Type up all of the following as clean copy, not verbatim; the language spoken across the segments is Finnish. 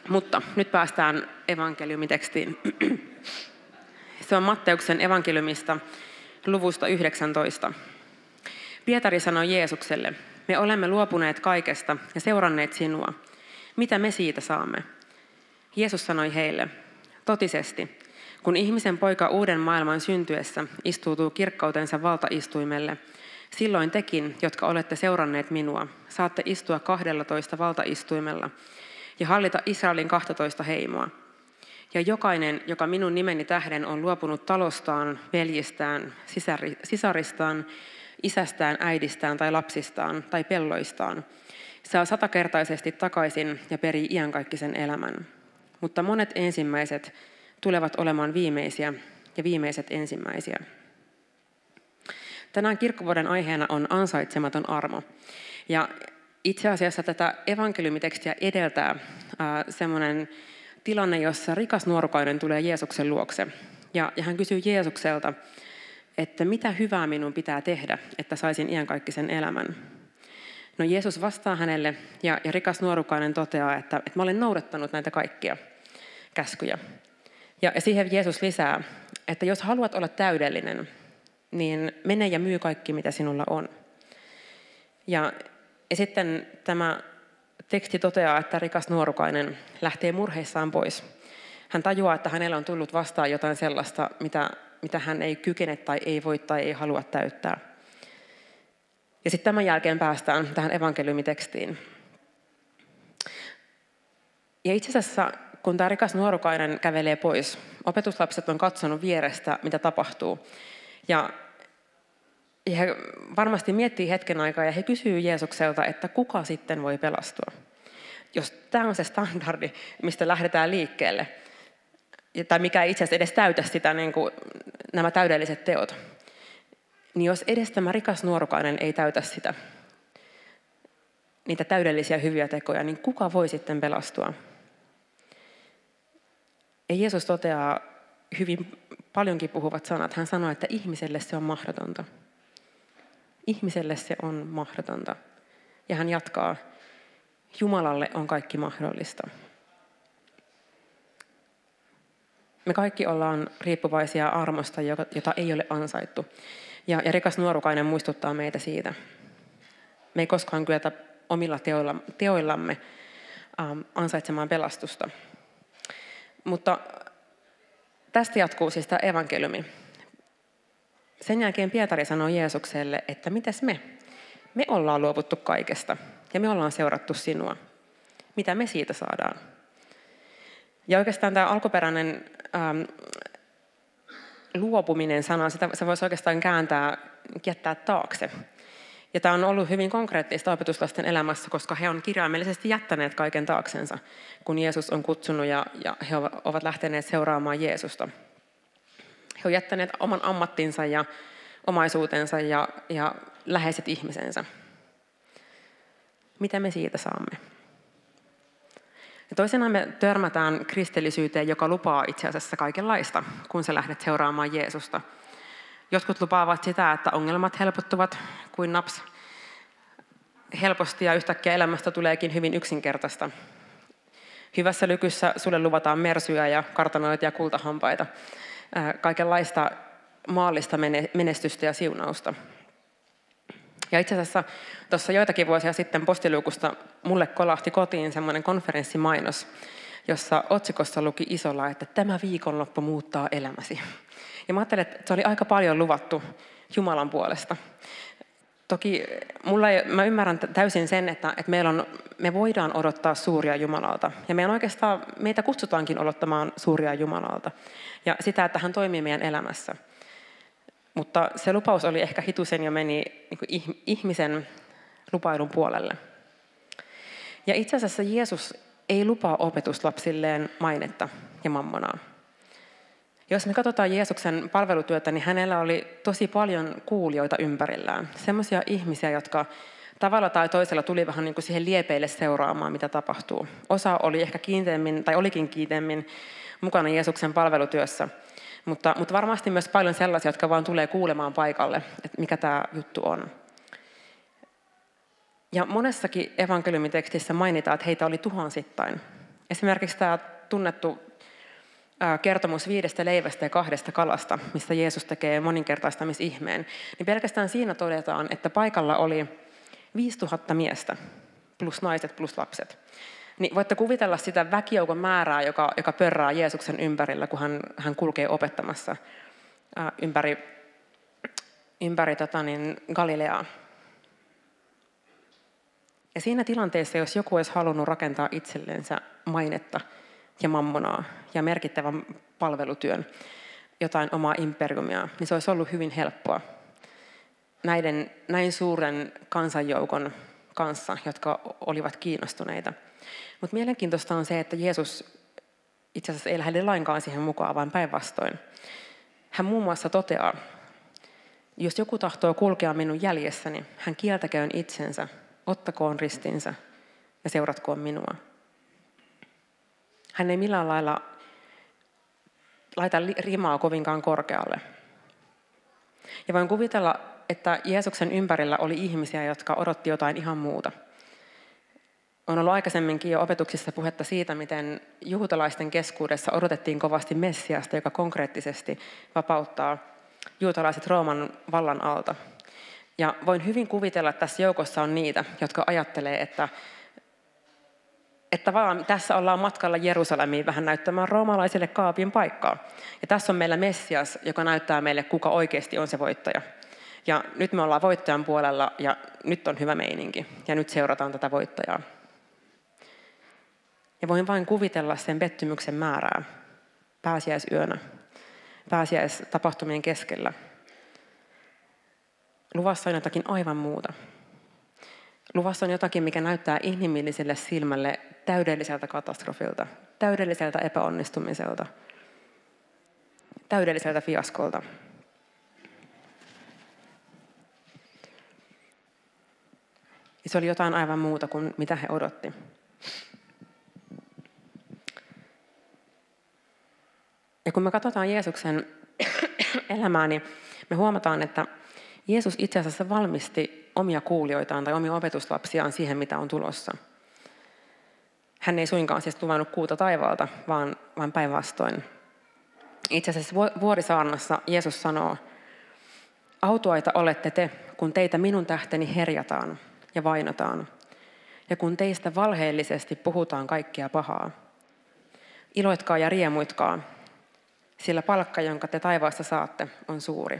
Mutta nyt päästään evankeliumitekstiin. Se on Matteuksen evankeliumista luvusta 19. Pietari sanoi Jeesukselle, me olemme luopuneet kaikesta ja seuranneet sinua. Mitä me siitä saamme? Jeesus sanoi heille, totisesti, kun ihmisen poika uuden maailman syntyessä istuutuu kirkkautensa valtaistuimelle, silloin tekin, jotka olette seuranneet minua, saatte istua 12 valtaistuimella ja hallita Israelin 12 heimoa. Ja jokainen, joka minun nimeni tähden on luopunut talostaan, veljistään, sisaristaan, isästään, äidistään tai lapsistaan tai pelloistaan, saa 100-kertaisesti takaisin ja perii iankaikkisen elämän. Mutta monet ensimmäiset tulevat olemaan viimeisiä ja viimeiset ensimmäisiä. Tänään kirkkovuoden aiheena on ansaitsematon armo. Ja itse asiassa tätä evankeliumitekstiä edeltää semmoinen tilanne, jossa rikas nuorukainen tulee Jeesuksen luokse. Ja hän kysyy Jeesukselta, että mitä hyvää minun pitää tehdä, että saisin iankaikkisen elämän. No Jeesus vastaa hänelle ja rikas nuorukainen toteaa, että mä olen noudattanut näitä kaikkia käskyjä. Ja siihen Jeesus lisää, että jos haluat olla täydellinen, niin mene ja myy kaikki, mitä sinulla on. Ja sitten tämä teksti toteaa, että rikas nuorukainen lähtee murheissaan pois. Hän tajuaa, että hänellä on tullut vastaan jotain sellaista, mitä hän ei kykene tai ei voi tai ei halua täyttää. Ja sitten tämän jälkeen päästään tähän evankeliumitekstiin. Ja itse asiassa, kun tämä rikas nuorukainen kävelee pois, opetuslapset on katsonut vierestä, mitä tapahtuu. Ja he varmasti miettii hetken aikaa ja he kysyy Jeesukselta, että kuka sitten voi pelastua. Jos tämä on se standardi, mistä lähdetään liikkeelle, tai mikä ei itse asiassa edes täytä sitä, niin kuin nämä täydelliset teot, niin jos edes tämä rikas nuorukainen ei täytä sitä, niitä täydellisiä hyviä tekoja, niin kuka voi sitten pelastua? Ja Jeesus toteaa hyvin paljonkin puhuvat sanat. Hän sanoo, että ihmiselle se on mahdotonta. Ihmiselle se on mahdotonta. Ja hän jatkaa, Jumalalle on kaikki mahdollista. Me kaikki ollaan riippuvaisia armosta, jota ei ole ansaittu. Ja rikas nuorukainen muistuttaa meitä siitä. Me ei koskaan kyetä omilla teoillamme ansaitsemaan pelastusta. Mutta tästä jatkuu siis tämä evankeliumi. Sen jälkeen Pietari sanoi Jeesukselle, että mitäs me? Me ollaan luovuttu kaikesta ja me ollaan seurattu sinua. Mitä me siitä saadaan? Ja oikeastaan tämä alkuperäinen luopuminen sana, se voisi oikeastaan jättää taakse. Ja tämä on ollut hyvin konkreettista opetuslasten elämässä, koska he on kirjaimellisesti jättäneet kaiken taaksensa, kun Jeesus on kutsunut ja he ovat lähteneet seuraamaan Jeesusta. He ovat jättäneet oman ammattinsa ja omaisuutensa ja läheiset ihmisensä. Mitä me siitä saamme? Ja toisenaan me törmätään kristillisyyteen, joka lupaa itse asiassa kaikenlaista, kun sä lähdet seuraamaan Jeesusta. Jotkut lupaavat sitä, että ongelmat helpottuvat kuin naps helposti ja yhtäkkiä elämästä tuleekin hyvin yksinkertaista. Hyvässä lykyssä sulle luvataan mersyjä ja kartanoita ja kultahampaita. Kaikenlaista maallista menestystä ja siunausta. Ja itse asiassa tuossa joitakin vuosia sitten postiluukusta mulle kolahti kotiin semmoinen konferenssimainos, jossa otsikossa luki isolla, että tämä viikonloppu muuttaa elämäsi. Ja mä ajattelin, että se oli aika paljon luvattu Jumalan puolesta. Toki mä ymmärrän täysin sen, että me voidaan odottaa suuria Jumalalta. Ja meitä kutsutaankin odottamaan suuria Jumalalta. Ja sitä, että hän toimii meidän elämässä. Mutta se lupaus oli ehkä hitusen ja meni niin ihmisen lupailun puolelle. Ja itse asiassa Jeesus ei lupaa opetuslapsilleen mainetta ja mammonaa. Jos me katsotaan Jeesuksen palvelutyötä, niin hänellä oli tosi paljon kuulijoita ympärillään. Semmoisia ihmisiä, jotka tavalla tai toisella tuli vähän niin kuin siihen liepeille seuraamaan, mitä tapahtuu. Osa oli ehkä olikin kiinteämmin mukana Jeesuksen palvelutyössä. Mutta varmasti myös paljon sellaisia, jotka vaan tulee kuulemaan paikalle, että mikä tämä juttu on. Ja monessakin evankeliumitekstissä mainitaan, että heitä oli tuhansittain. Esimerkiksi tämä tunnettu kertomus 5 leivästä ja 2 kalasta, missä Jeesus tekee moninkertaistamisihmeen, niin pelkästään siinä todetaan, että paikalla oli 5000 miestä, plus naiset, plus lapset. Niin voitte kuvitella sitä väkijoukon määrää, joka pörrää Jeesuksen ympärillä, kun hän kulkee opettamassa ympäri Galileaa. Ja siinä tilanteessa, jos joku olisi halunnut rakentaa itsellensä mainetta ja mammonaa ja merkittävän palvelutyön, jotain omaa imperiumia, niin se olisi ollut hyvin helppoa näin suuren kansanjoukon kanssa, jotka olivat kiinnostuneita. Mutta mielenkiintoista on se, että Jeesus itse asiassa ei lähde lainkaan siihen mukaan, vaan päinvastoin. Hän muun muassa toteaa, jos joku tahtoo kulkea minun jäljessäni, hän kieltäköön itsensä, ottakoon ristinsä ja seuratkoon minua. Hän ei millään lailla laita rimaa kovinkaan korkealle. Ja voin kuvitella, että Jeesuksen ympärillä oli ihmisiä, jotka odotti jotain ihan muuta. On ollut aikaisemminkin jo opetuksissa puhetta siitä, miten juutalaisten keskuudessa odotettiin kovasti Messiasta, joka konkreettisesti vapauttaa juutalaiset Rooman vallan alta. Ja voin hyvin kuvitella, että tässä joukossa on niitä, jotka ajattelee, että vaan tässä ollaan matkalla Jerusalemiin vähän näyttämään roomalaisille kaapin paikkaa. Ja tässä on meillä Messias, joka näyttää meille, kuka oikeasti on se voittaja. Ja nyt me ollaan voittajan puolella ja nyt on hyvä meininki. Ja nyt seurataan tätä voittajaa. Ja voin vain kuvitella sen pettymyksen määrää pääsiäisyönä, pääsiäistapahtumien keskellä. Luvassa on jotakin aivan muuta. Luvassa on jotakin, mikä näyttää inhimilliselle silmälle täydelliseltä katastrofilta, täydelliseltä epäonnistumiselta, täydelliseltä fiaskolta. Ja se oli jotain aivan muuta kuin mitä he odotti. Ja kun me katsotaan Jeesuksen elämää, niin me huomataan, että Jeesus itse asiassa valmisti omia kuulijoitaan tai omia opetuslapsiaan siihen, mitä on tulossa. Hän ei suinkaan siis luvannut kuuta taivaalta, vaan päinvastoin. Itse asiassa vuorisaarnassa Jeesus sanoo, autuaita olette te, kun teitä minun tähteni herjataan ja vainotaan, ja kun teistä valheellisesti puhutaan kaikkea pahaa. Iloitkaa ja riemuitkaa, sillä palkka, jonka te taivaasta saatte, on suuri.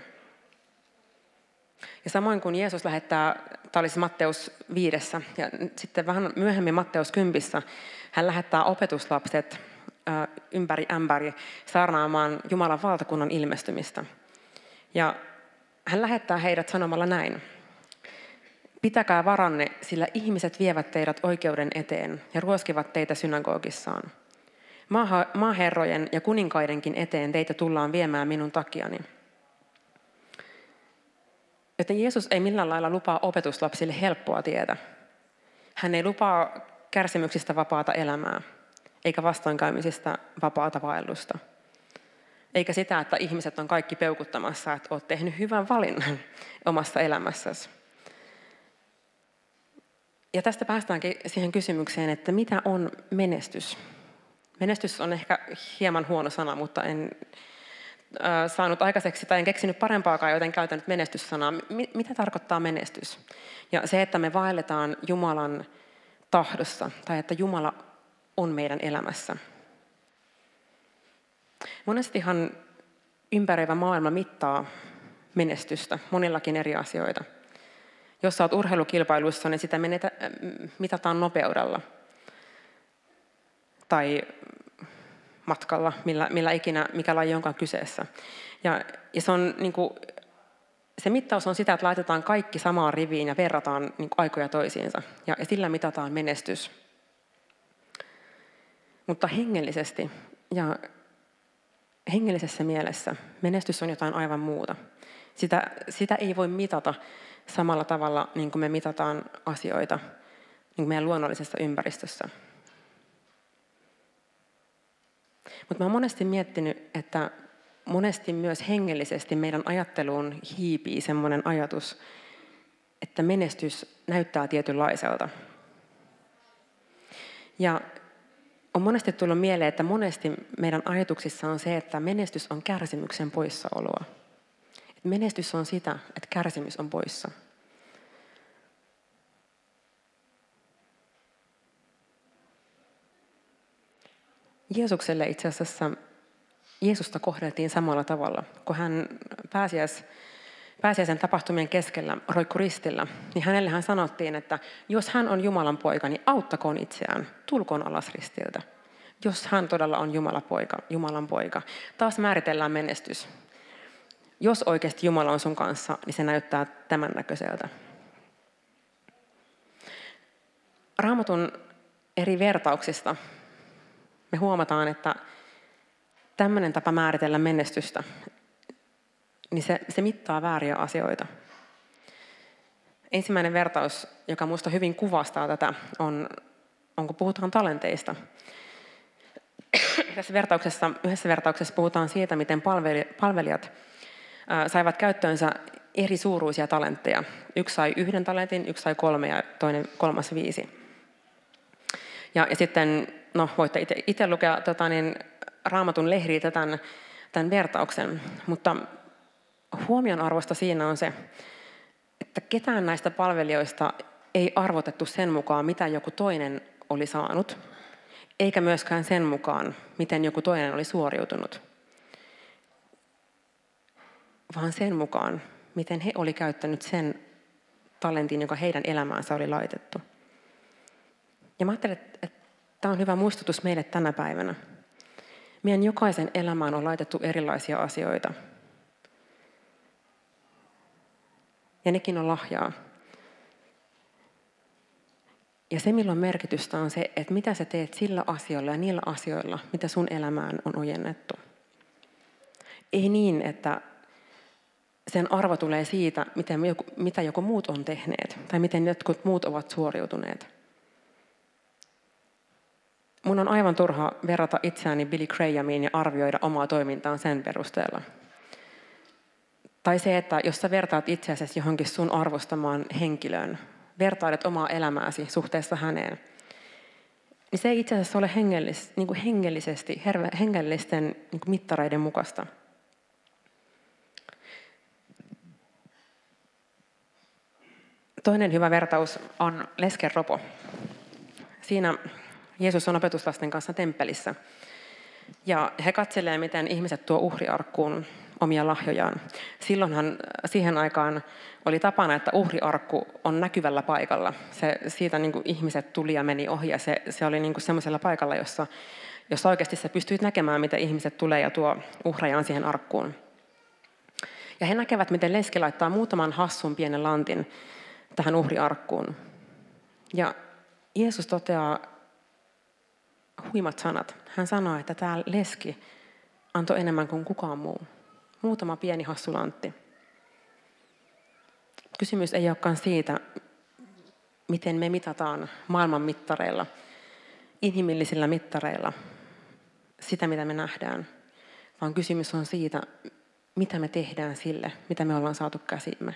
Ja samoin kuin Jeesus lähettää, tämä olisi Matteus 5, ja sitten vähän myöhemmin Matteus 10, hän lähettää opetuslapset ympäri ämpäri saarnaamaan Jumalan valtakunnan ilmestymistä. Ja hän lähettää heidät sanomalla näin. Pitäkää varanne, sillä ihmiset vievät teidät oikeuden eteen ja ruoskivat teitä synagogissaan. Maaherrojen ja kuninkaidenkin eteen teitä tullaan viemään minun takiani. Joten Jeesus ei millään lailla lupaa opetuslapsille helppoa tietä. Hän ei lupaa kärsimyksistä vapaata elämää, eikä vastoinkäymisistä vapaata vaellusta. Eikä sitä, että ihmiset on kaikki peukuttamassa, että olet tehnyt hyvän valinnan omassa elämässäsi. Ja tästä päästäänkin siihen kysymykseen, että mitä on menestys? Menestys on ehkä hieman huono sana, mutta en saanut aikaiseksi tai en keksinyt parempaakaan, joten käytän nyt menestyssanaa. Mitä tarkoittaa menestys? Ja se, että me vaelletaan Jumalan tahdossa tai että Jumala on meidän elämässä. Monestihan ympäröivä maailma mittaa menestystä monillakin eri asioita. Jos sä oot urheilukilpailussa, niin sitä mitataan nopeudella. Tai matkalla, millä ikinä, mikä laji onkaan kyseessä. Ja se, on, niin kuin, se mittaus on sitä, että laitetaan kaikki samaan riviin ja verrataan niin kuin, aikoja toisiinsa. Ja sillä mitataan menestys. Mutta hengellisesti ja hengellisessä mielessä menestys on jotain aivan muuta. Sitä ei voi mitata samalla tavalla, niin kuin me mitataan asioita niin kuin meidän luonnollisessa ympäristössä. Mutta mä oon monesti miettinyt, että monesti myös hengellisesti meidän ajatteluun hiipii semmoinen ajatus, että menestys näyttää tietynlaiselta. Ja On monesti tullut mieleen, että monesti meidän ajatuksissa on se, että menestys on kärsimyksen poissaoloa. Että menestys on sitä, että kärsimys on poissa. Jeesukselle itse asiassa Jeesusta kohdeltiin samalla tavalla. Kun hän pääsiäisen tapahtumien keskellä roikkui ristillä, niin hän sanottiin, että jos hän on Jumalan poika, niin auttakoon itseään, tulkoon alas ristiltä. Jos hän todella on Jumalan poika. Taas määritellään menestys. Jos oikeasti Jumala on sun kanssa, niin se näyttää tämän näköiseltä. Raamatun eri vertauksista me huomataan, että tämmöinen tapa määritellä menestystä, niin se mittaa vääriä asioita. Ensimmäinen vertaus, joka minusta hyvin kuvastaa tätä, on kun puhutaan talenteista. Yhdessä vertauksessa puhutaan siitä, miten palvelijat saivat käyttöönsä eri suuruisia talentteja. Yksi sai 1 talentin, yksi sai 3 ja kolmas 5. Ja sitten, voitte itse lukea Raamatun lehdiltä tämän vertauksen, mutta huomionarvoista siinä on se, että ketään näistä palvelijoista ei arvotettu sen mukaan, mitä joku toinen oli saanut, eikä myöskään sen mukaan, miten joku toinen oli suoriutunut, vaan sen mukaan, miten he oli käyttänyt sen talentin, joka heidän elämäänsä oli laitettu. Ja mä ajattelen, että tämä on hyvä muistutus meille tänä päivänä. Meidän jokaisen elämään on laitettu erilaisia asioita. Ja nekin on lahjaa. Ja se, milloin merkitystä on se, että mitä sä teet sillä asioilla ja niillä asioilla, mitä sun elämään on ojennettu. Ei niin, että sen arvo tulee siitä, mitä joku muut on tehneet tai miten jotkut muut ovat suoriutuneet. Mun on aivan turha verrata itseäni Billy Grahamiin ja arvioida omaa toimintaa sen perusteella. Tai se, että jos sä vertaat itseäsi johonkin sun arvostamaan henkilöön, vertailet omaa elämääsi suhteessa häneen, niin se ei itse asiassa ole hengellisten mittareiden mukaista. Toinen hyvä vertaus on lesken ropo. Siinä Jeesus on opetuslasten kanssa temppelissä. Ja he katselevat, miten ihmiset tuo uhriarkkuun omia lahjojaan. Silloinhan siihen aikaan oli tapana, että uhriarkku on näkyvällä paikalla. Siitä ihmiset tuli ja meni ohi ja se oli semmoisella paikalla, jossa oikeasti sä pystyit näkemään, miten ihmiset tulee ja tuo uhrajaan siihen arkkuun. Ja he näkevät, miten leski laittaa muutaman hassun pienen lantin tähän uhriarkkuun. Ja Jeesus toteaa huimat sanat. Hän sanoi, että tämä leski antoi enemmän kuin kukaan muu. Muutama pieni hassu lantti. Kysymys ei olekaan siitä, miten me mitataan maailman mittareilla, inhimillisillä mittareilla, sitä mitä me nähdään, vaan kysymys on siitä, mitä me tehdään sille, mitä me ollaan saatu käsimme.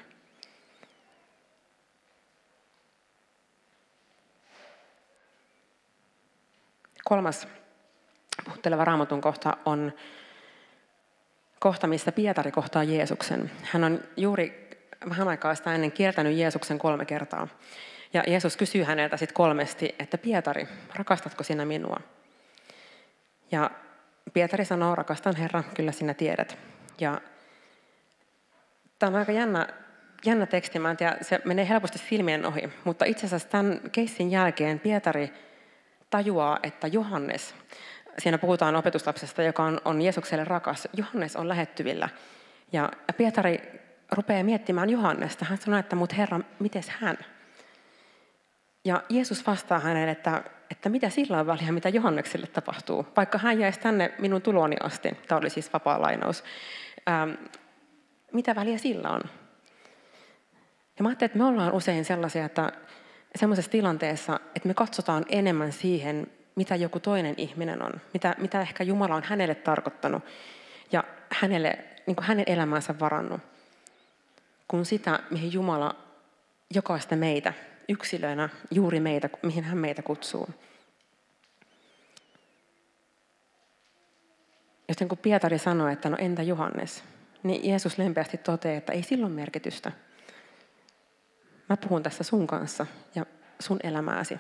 Kolmas puhutteleva Raamatun kohta on kohta, missä Pietari kohtaa Jeesuksen. Hän on juuri vähän aikaa sitä ennen kieltänyt Jeesuksen 3 kertaa. Ja Jeesus kysyy häneltä sitten 3, että Pietari, rakastatko sinä minua? Ja Pietari sanoo, rakastan Herra, kyllä sinä tiedät. Ja tämä on aika jännä teksti, mä en tiedä, se menee helposti silmien ohi. Mutta itse asiassa tämän keissin jälkeen Pietari tajuaa, että Johannes, siinä puhutaan opetuslapsesta, joka on Jeesukselle rakas, Johannes on lähettyvillä. Ja Pietari rupeaa miettimään Johannesta. Hän sanoo, että mut Herra, mites hän? Ja Jeesus vastaa hänelle, että mitä sillä on väliä, mitä Johannekselle tapahtuu, vaikka hän jäisi tänne minun tuloni asti. Tämä oli siis vapaa lainaus. Mitä väliä sillä on? Ja mä ajattelin, että me ollaan usein sellaisia, että semmoisessa tilanteessa, että me katsotaan enemmän siihen, mitä joku toinen ihminen on, mitä ehkä Jumala on hänelle tarkoittanut ja hänen elämäänsä varannut, kuin sitä, mihin Jumala jokaista meitä, yksilöinä juuri meitä, mihin hän meitä kutsuu. Joten kun Pietari sanoi, että no entä Johannes, niin Jeesus lempeästi toteaa, että ei sillä ole merkitystä. Mä puhun tässä sun kanssa ja sun elämääsi.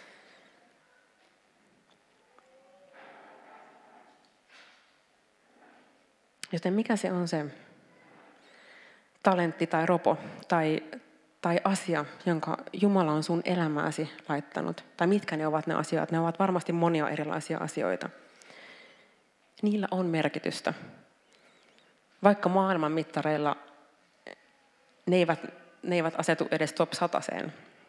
Joten mikä se on se talentti tai ropo tai asia, jonka Jumala on sun elämääsi laittanut? Tai mitkä ne ovat ne asiat? Ne ovat varmasti monia erilaisia asioita. Niillä on merkitystä. Vaikka maailman mittareilla ne eivät asetu edes top 100:een.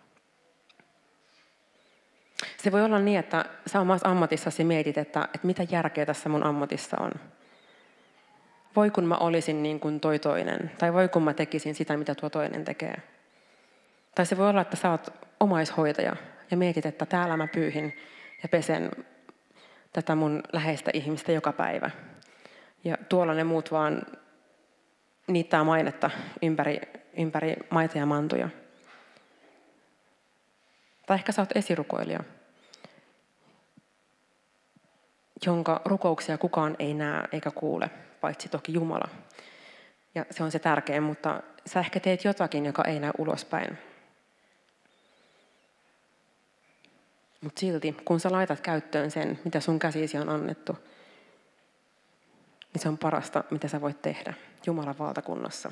Se voi olla niin, että sä omassa ammatissasi mietit, että mitä järkeä tässä mun ammatissa on. Voi kun mä olisin niin kuin toi toinen, tai voi kun mä tekisin sitä, mitä tuo toinen tekee. Tai se voi olla, että sä oot omaishoitaja ja mietit, että täällä mä pyyhin ja pesen tätä mun läheistä ihmistä joka päivä. Ja tuolla ne muut vaan niittää mainetta ympäri maita ja mantuja. Tai ehkä sä oot esirukoilija, jonka rukouksia kukaan ei näe eikä kuule, paitsi toki Jumala. Ja se on se tärkein, mutta sä ehkä teet jotakin, joka ei näy ulospäin. Mutta silti, kun sä laitat käyttöön sen, mitä sun käsisi on annettu, niin se on parasta, mitä sä voit tehdä Jumalan valtakunnassa.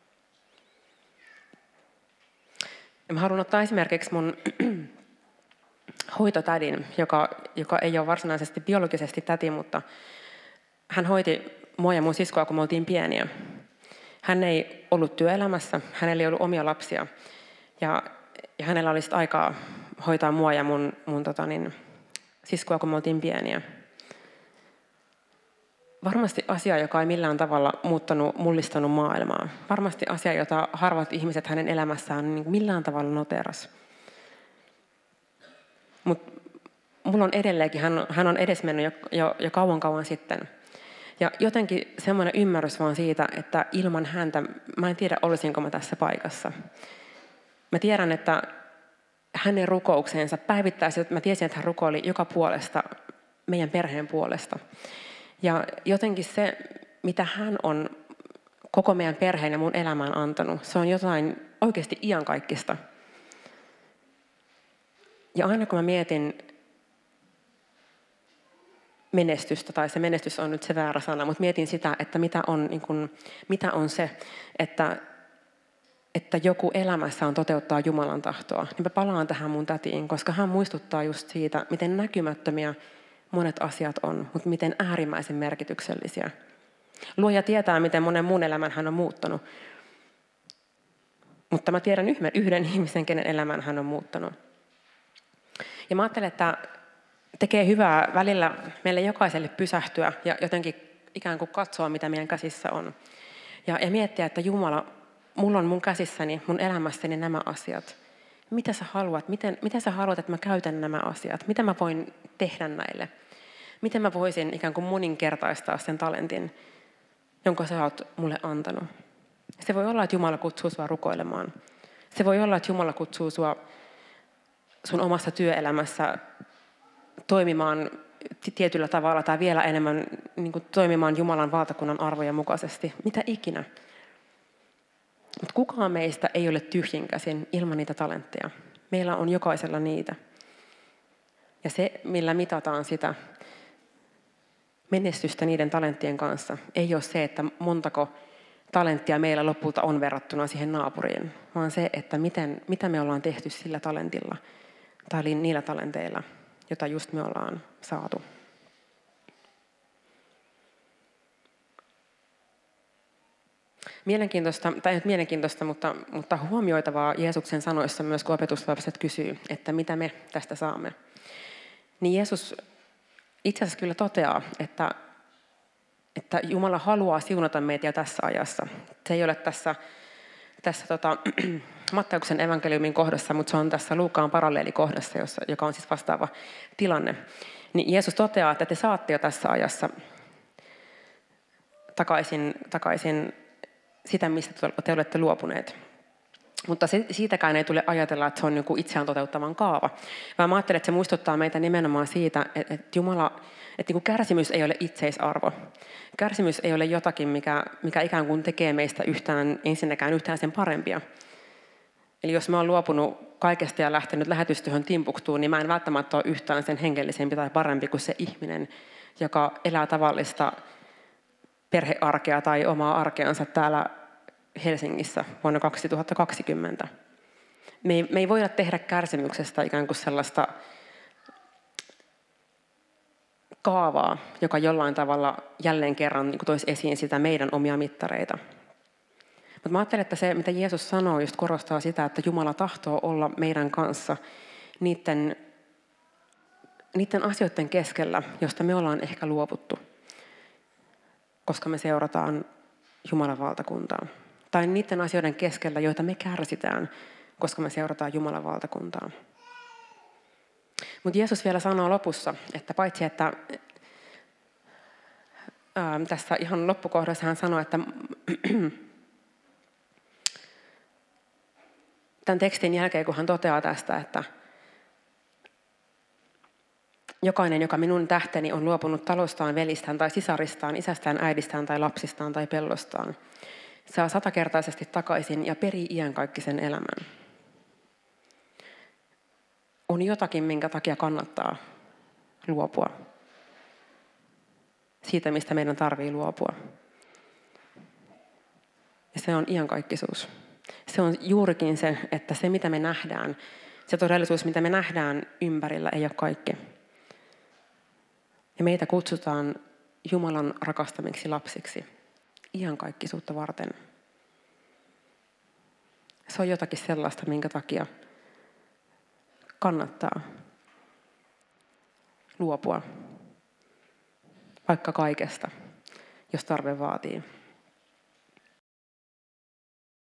Ja mä haluan ottaa esimerkiksi mun hoitotädin, joka ei ole varsinaisesti biologisesti täti, mutta hän hoiti mua ja mun siskoa, kun me oltiin pieniä. Hän ei ollut työelämässä, hänellä ei ollut omia lapsia ja hänellä oli sitten aikaa hoitaa mua ja mun siskoa, kun me oltiin pieniä. Varmasti asia, joka ei millään tavalla mullistanut maailmaa. Varmasti asia, jota harvat ihmiset hänen elämässään niin millään tavalla noteras. Mutta mulla on edelleenkin, hän on edesmennyt jo kauan sitten. Ja jotenkin semmoinen ymmärrys vaan siitä, että ilman häntä, mä en tiedä olisinko mä tässä paikassa. Mä tiedän, että hänen rukoukseensa päivittäisesti, mä tiesin, että hän rukoili joka puolesta, meidän perheen puolesta. Ja jotenkin se, mitä hän on koko meidän perheen ja mun elämään antanut, se on jotain oikeasti iankaikkista. Ja aina kun mä mietin menestystä, tai se menestys on nyt se väärä sana, mutta mietin sitä, että mitä on se, että joku elämässä toteuttaa Jumalan tahtoa. Niin mä palaan tähän mun tätiin, koska hän muistuttaa just siitä, miten näkymättömiä monet asiat on, mutta miten äärimmäisen merkityksellisiä. Luoja tietää, miten monen muun elämän hän on muuttanut. Mutta mä tiedän yhden ihmisen, kenen elämän hän on muuttanut. Ja mä ajattelen, että tekee hyvää välillä meille jokaiselle pysähtyä ja jotenkin ikään kuin katsoa, mitä meidän käsissä on. Ja miettiä, että Jumala, mulla on mun käsissäni, mun elämässäni nämä asiat. Mitä sä haluat? Miten sä haluat, että mä käytän nämä asiat? Mitä mä voin tehdä näille? Miten mä voisin ikään kuin moninkertaistaa sen talentin, jonka sä oot mulle antanut? Se voi olla, että Jumala kutsuu sua rukoilemaan. Se voi olla, että Jumala kutsuu sua sun omassa työelämässä toimimaan tietyllä tavalla tai vielä enemmän niin kuin toimimaan Jumalan valtakunnan arvojen mukaisesti. Mitä ikinä. Mutta kukaan meistä ei ole tyhjin käsin ilman niitä talentteja. Meillä on jokaisella niitä. Ja se, millä mitataan sitä menestystä niiden talenttien kanssa, ei ole se, että montako talenttia meillä lopulta on verrattuna siihen naapuriin, vaan se, että mitä me ollaan tehty sillä talentilla tai niillä talenteilla, jota just me ollaan saatu. Mielenkiintoista, tai ei nyt mielenkiintoista, mutta huomioitavaa Jeesuksen sanoissa myös, kun opetuslapset kysyy, että mitä me tästä saamme. Niin Jeesus itse asiassa kyllä toteaa, että Jumala haluaa siunata meitä jo tässä ajassa. Se ei ole tässä Matteuksen evankeliumin kohdassa, mutta se on tässä Luukaan paralleelikohdassa, joka on siis vastaava tilanne. Niin Jeesus toteaa, että te saatte jo tässä ajassa takaisin sitä, mistä te olette luopuneet. Mutta siitäkään ei tule ajatella, että se on joku itseään toteuttavan kaava, vaan mä ajattelen, että se muistuttaa meitä nimenomaan siitä, että Jumala, että niin kuin kärsimys ei ole itseisarvo. Kärsimys ei ole jotakin, mikä ikään kuin tekee meistä ensinnäkään yhtään sen parempia. Eli jos mä oon luopunut kaikesta ja lähtenyt lähetystyöhön Timbuktuun, niin mä en välttämättä ole yhtään sen hengellisempi tai parempi kuin se ihminen, joka elää tavallista perhearkea tai omaa arkeansa täällä Helsingissä vuonna 2020. Me ei voida tehdä kärsimyksestä ikään kuin sellaista kaavaa, joka jollain tavalla jälleen kerran niin kuin toisi esiin sitä meidän omia mittareita. Mutta mä ajattelen, että se, mitä Jeesus sanoo, just korostaa sitä, että Jumala tahtoo olla meidän kanssa niiden asioiden keskellä, josta me ollaan ehkä luovuttu, koska me seurataan Jumalan valtakuntaa. Tai niiden asioiden keskellä, joita me kärsitään, koska me seurataan Jumalan valtakuntaa. Mutta Jeesus vielä sanoo lopussa, että paitsi että tässä ihan loppukohdassa hän sanoo, että tämän tekstin jälkeen, kun hän toteaa tästä, että jokainen, joka minun tähteni on luopunut talostaan, velistään tai sisaristaan, isästään, äidistään tai lapsistaan tai pellostaan, saa 100-kertaisesti takaisin ja perii iankaikkisen elämän. On jotakin, minkä takia kannattaa luopua. Siitä, mistä meidän tarvii luopua. Ja se on iankaikkisuus. Se on juurikin se, että se mitä me nähdään, se todellisuus mitä me nähdään ympärillä ei ole kaikki. Ja meitä kutsutaan Jumalan rakastamiksi lapsiksi, iankaikkisuutta varten. Se on jotakin sellaista, minkä takia kannattaa luopua vaikka kaikesta, jos tarve vaatii.